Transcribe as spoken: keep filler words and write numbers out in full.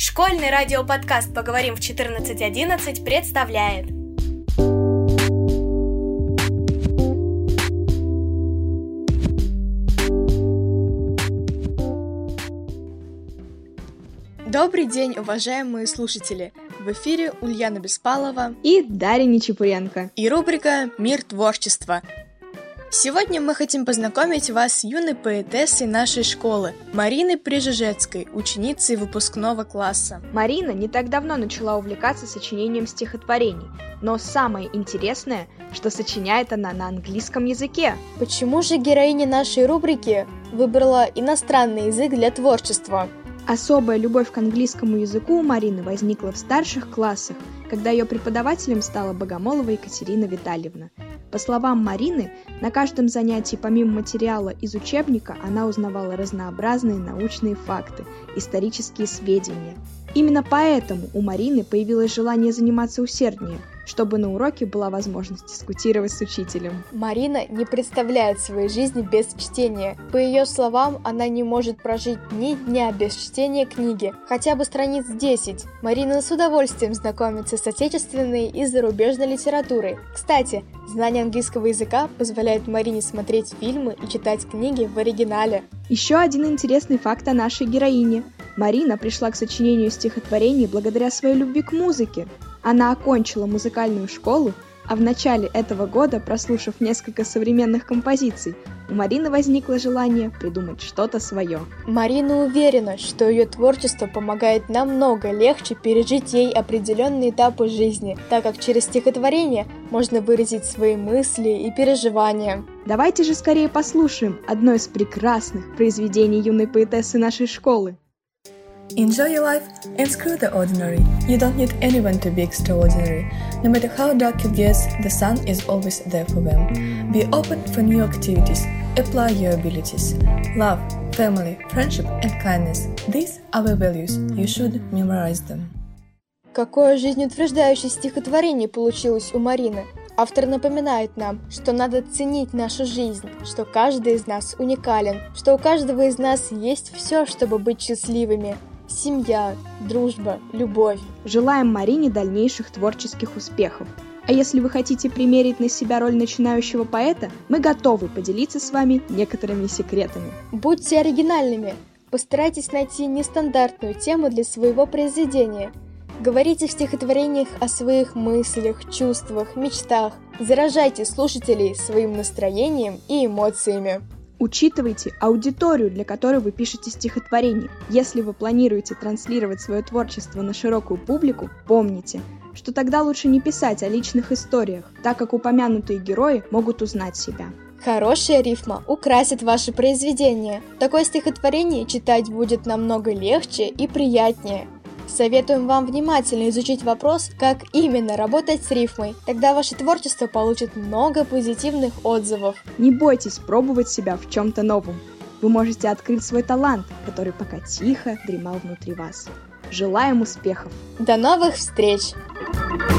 Школьный радиоподкаст «Поговорим в четырнадцать одиннадцать» представляет. Добрый день, уважаемые слушатели! В эфире Ульяна Беспалова и Дарья Нечапуренко и рубрика «Мир творчества». Сегодня мы хотим познакомить вас с юной поэтессой нашей школы, Мариной Прижижецкой, ученицей выпускного класса. Марина не так давно начала увлекаться сочинением стихотворений, но самое интересное, что сочиняет она на английском языке. Почему же героиня нашей рубрики выбрала иностранный язык для творчества? Особая любовь к английскому языку у Марины возникла в старших классах, когда ее преподавателем стала Богомолова Екатерина Витальевна. По словам Марины, на каждом занятии помимо материала из учебника она узнавала разнообразные научные факты, исторические сведения. Именно поэтому у Марины появилось желание заниматься усерднее, чтобы на уроке была возможность дискутировать с учителем. Марина не представляет своей жизни без чтения. По ее словам, она не может прожить ни дня без чтения книги, хотя бы страниц десять. Марина с удовольствием знакомится с отечественной и зарубежной литературой. Кстати, знание английского языка позволяет Марине смотреть фильмы и читать книги в оригинале. Еще один интересный факт о нашей героине. Марина пришла к сочинению стихотворений благодаря своей любви к музыке. Она окончила музыкальную школу, а в начале этого года, прослушав несколько современных композиций, у Марины возникло желание придумать что-то свое. Марина уверена, что ее творчество помогает намного легче пережить ей определенные этапы жизни, так как через стихотворение можно выразить свои мысли и переживания. Давайте же скорее послушаем одно из прекрасных произведений юной поэтессы нашей школы. Enjoy your life and screw the ordinary. You don't need anyone to be extraordinary. No matter how dark it gets, the sun is always there for them. Be open for new activities. Apply your abilities. Love, family, friendship and kindness. These are the values. You should memorize them. Какое жизнеутверждающее стихотворение получилось у Марины. Автор напоминает нам, что надо ценить нашу жизнь, что каждый из нас уникален, что у каждого из нас есть все, чтобы быть счастливыми. Семья, дружба, любовь. Желаем Марине дальнейших творческих успехов. А если вы хотите примерить на себя роль начинающего поэта, мы готовы поделиться с вами некоторыми секретами. Будьте оригинальными. Постарайтесь найти нестандартную тему для своего произведения. Говорите в стихотворениях о своих мыслях, чувствах, мечтах. Заражайте слушателей своим настроением и эмоциями. Учитывайте аудиторию, для которой вы пишете стихотворение. Если вы планируете транслировать свое творчество на широкую публику, помните, что тогда лучше не писать о личных историях, так как упомянутые герои могут узнать себя. Хорошая рифма украсит ваше произведение. Такое стихотворение читать будет намного легче и приятнее. Советуем вам внимательно изучить вопрос, как именно работать с рифмой. Тогда ваше творчество получит много позитивных отзывов. Не бойтесь пробовать себя в чем-то новом. Вы можете открыть свой талант, который пока тихо дремал внутри вас. Желаем успехов! До новых встреч!